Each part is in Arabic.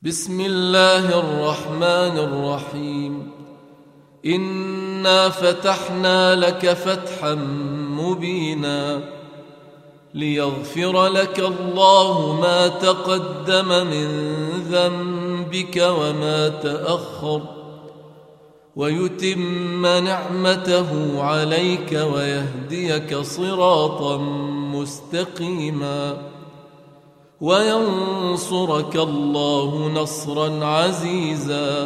بسم الله الرحمن الرحيم. إنا فتحنا لك فتحا مبينا ليغفر لك الله ما تقدم من ذنبك وما تأخر ويتم نعمته عليك ويهديك صراطا مستقيما وينصرك الله نصرا عزيزا.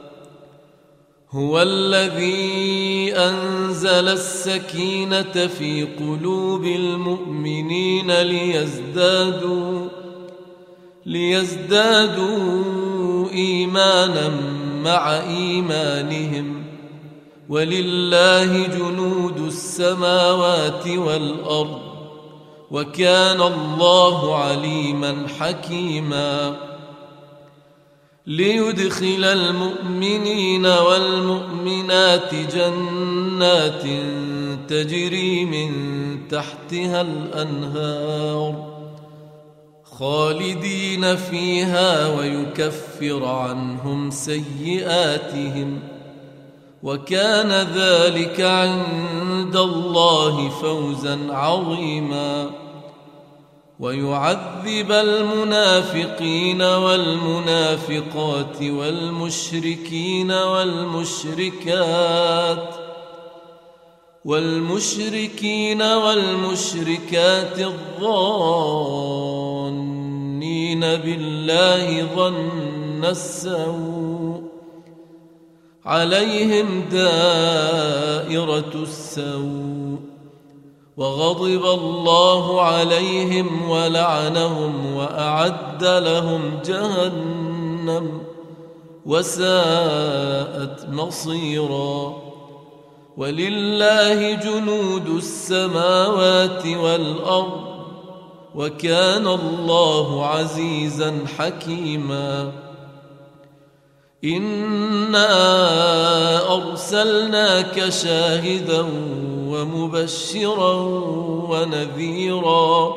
هو الذي أنزل السكينة في قلوب المؤمنين ليزدادوا إيمانا مع إيمانهم ولله جنود السماوات والأرض وكان الله عليما حكيما. ليدخل المؤمنين والمؤمنات جنات تجري من تحتها الأنهار خالدين فيها ويكفر عنهم سيئاتهم وكان ذلك عند الله فوزا عظيما. ويعذب المنافقين والمنافقات والمشركين والمشركات الظانين بالله ظن السوء عليهم دائرة السوء وغضب الله عليهم ولعنهم وأعد لهم جهنم وساءت مصيرا. ولله جنود السماوات والأرض وكان الله عزيزا حكيما. إنا أرسلناك شاهدا ومبشرا ونذيرا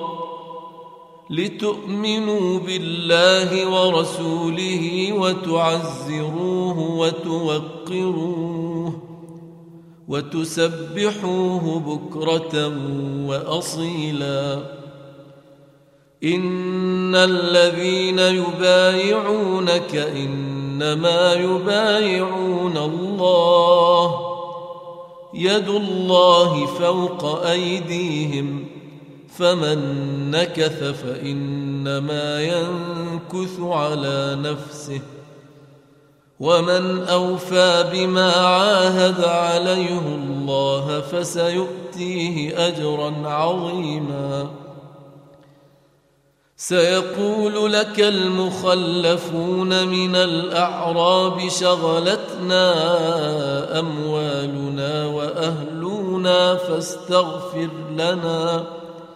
لتؤمنوا بالله ورسوله وتعزروه وتوقروه وتسبحوه بكرة وأصيلا. إن الذين يبايعونك إنما يبايعون الله يد الله فوق أيديهم فمن نكث فإنما ينكث على نفسه ومن أوفى بما عاهد عليه الله فسيؤتيه أجرا عظيما. سيقول لك المخلفون من الأعراب شغلتنا أموالنا وأهلنا فاستغفر لنا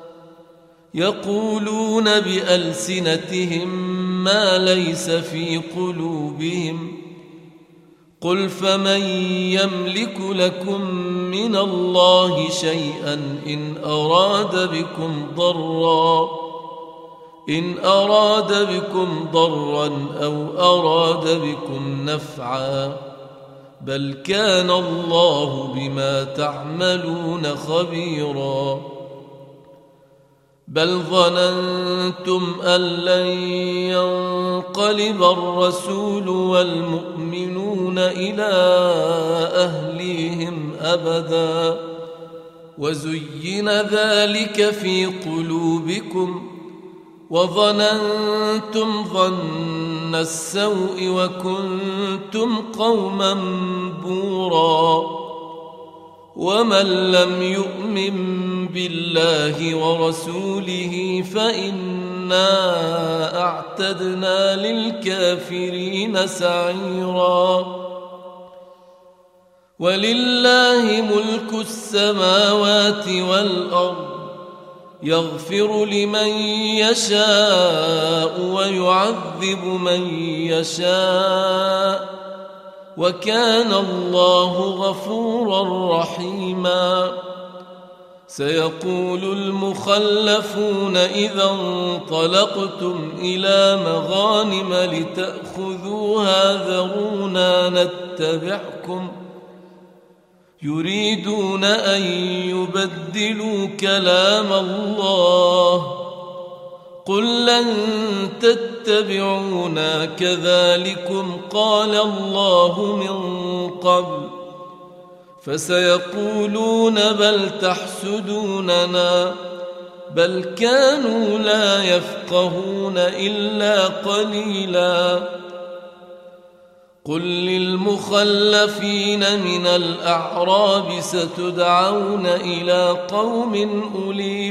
يقولون بألسنتهم ما ليس في قلوبهم قل فمن يملك لكم من الله شيئا إن أراد بكم ضرا أو أراد بكم نفعا بل كان الله بما تعملون خبيرا. بل ظننتم أن لن ينقلب الرسول والمؤمنون إلى أهليهم أبدا وزين ذلك في قلوبكم وظننتم ظن السوء وكنتم قوما بورا. ومن لم يؤمن بالله ورسوله فإنا أعتدنا للكافرين سعيرا. ولله ملك السماوات والأرض يغفر لمن يشاء ويعذب من يشاء وكان الله غفورا رحيما. سيقول المخلفون إذا انطلقتم إلى مغانم لتأخذوها ذرونا نتبعكم يريدون أن يبدلوا كلام الله قل لن تتبعونا كذلكم قال الله من قبل فسيقولون بل تحسدوننا بل كانوا لا يفقهون إلا قليلا قل للمخلفين من الأعراب ستدعون إلى قوم أولي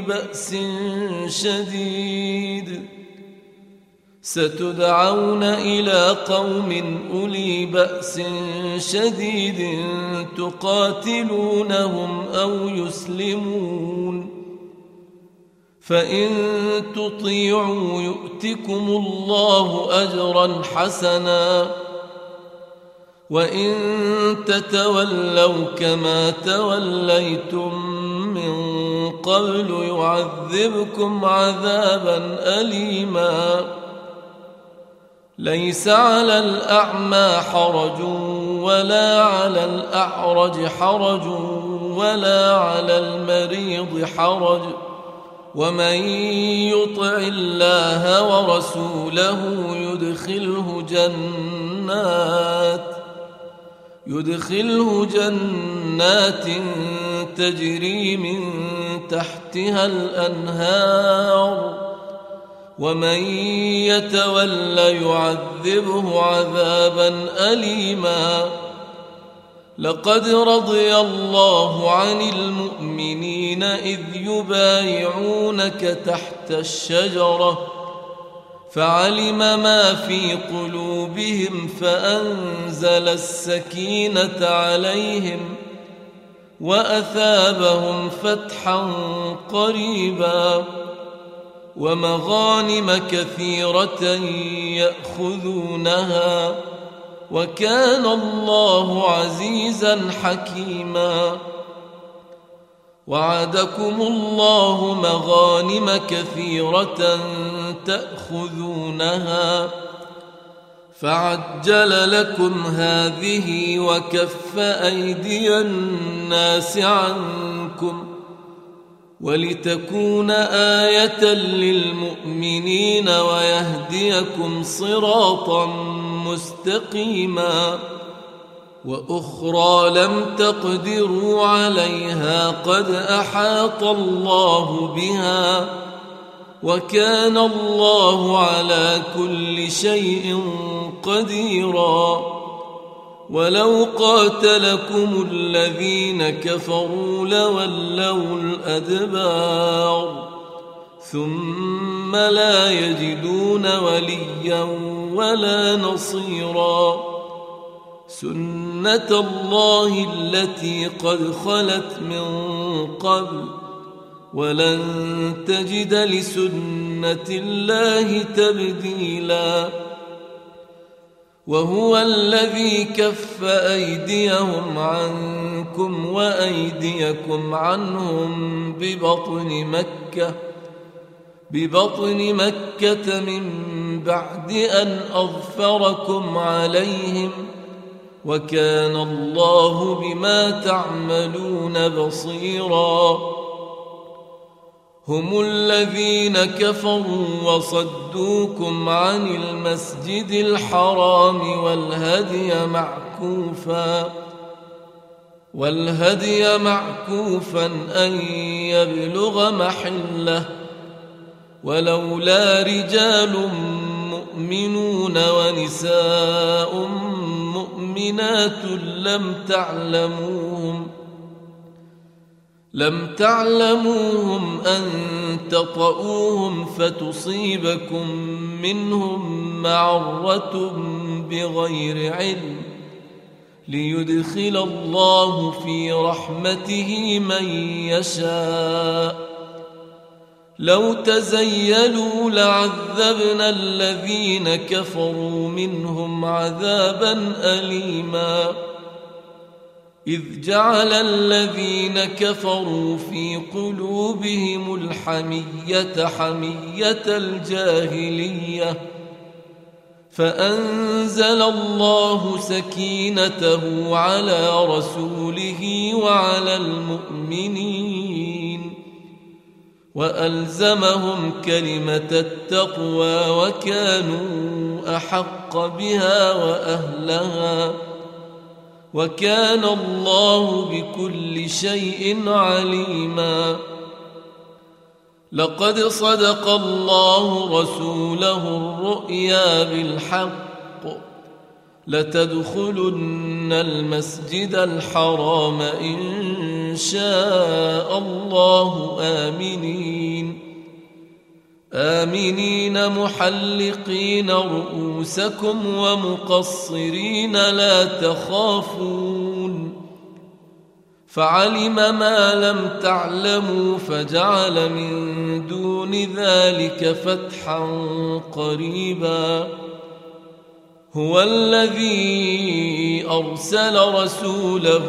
بأس شديد تقاتلونهم أو يسلمون فإن تطيعوا يؤتكم الله أجرا حسنا وإن تتولوا كما توليتم من قبل يعذبكم عذابا أليما ليس على الأعمى حرج ولا على الأعرج حرج ولا على المريض حرج ومن يطع الله ورسوله يدخله جنات تجري من تحتها الأنهار ومن يتولى يعذبه عذابا أليما لقد رضي الله عن المؤمنين إذ يبايعونك تحت الشجرة فعلم ما في قلوبهم فأنزل السكينة عليهم وأثابهم فتحا قريبا ومغانم كثيرة يأخذونها وكان الله عزيزا حكيما وعدكم الله مغانم كثيرة تأخذونها فعجل لكم هذه وكف أيدي الناس عنكم ولتكون آية للمؤمنين ويهديكم صراطا مستقيما وأخرى لم تقدروا عليها قد أحاط الله بها وكان الله على كل شيء قديرا ولو قاتلكم الذين كفروا لولوا الأدبار ثم لا يجدون وليا ولا نصيرا سنة الله التي قد خلت من قبل ولن تجد لسنة الله تبديلا وهو الذي كف أيديهم عنكم وأيديكم عنهم ببطن مكة من بعد أن أظفركم عليهم وكان الله بما تعملون بصيرا هم الذين كفروا وصدوكم عن المسجد الحرام والهدي معكوفا أن يبلغ محله ولولا رجال مؤمنون ونساء مؤمنات لم تعلموهم أن تطؤوهم فتصيبكم منهم معرة بغير علم ليدخل الله في رحمته من يشاء لو تزيلوا لعذبنا الذين كفروا منهم عذابا أليما إذ جعل الذين كفروا في قلوبهم الحمية حمية الجاهلية فأنزل الله سكينته على رسوله وعلى المؤمنين وألزمهم كلمة التقوى وكانوا أحق بها وأهلها وكان الله بكل شيء عليما. لقد صدق الله رسوله الرؤيا بالحق لتدخلن المسجد الحرام إن شاء الله آمنين محلقين رؤوسكم ومقصرين لا تخافون فعلم ما لم تعلموا فجعل من دون ذلك فتحا قريبا. هو الذي أرسل رسوله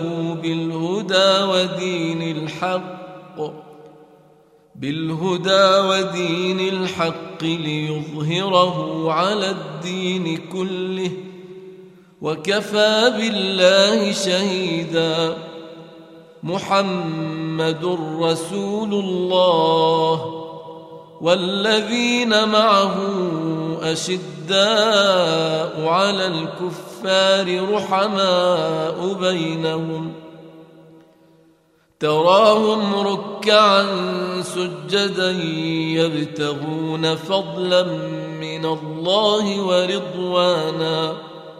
بالهدى ودين الحق ليظهره على الدين كله وكفى بالله شهيدا. محمد رسول الله والذين معه أشداء على الكفار رحماء بينهم تراهم ركعا سجدا يبتغون فضلا من الله ورضوانا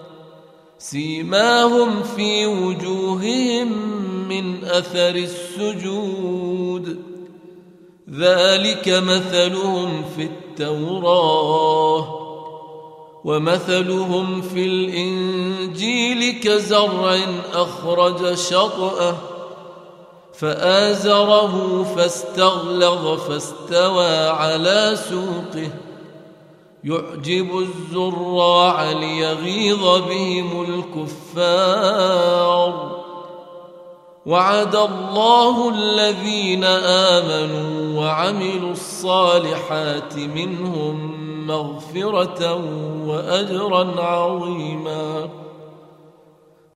سيماهم في وجوههم من أثر السجود ذلك مثلهم في التوراة ومثلهم في الإنجيل كزرع أخرج شطأه فآزره فاستغلظ فاستوى على سوقه يعجب الزراع ليغيظ بهم الكفار. وعد الله الذين آمنوا وعملوا الصالحات منهم مغفرة وأجرا عظيما.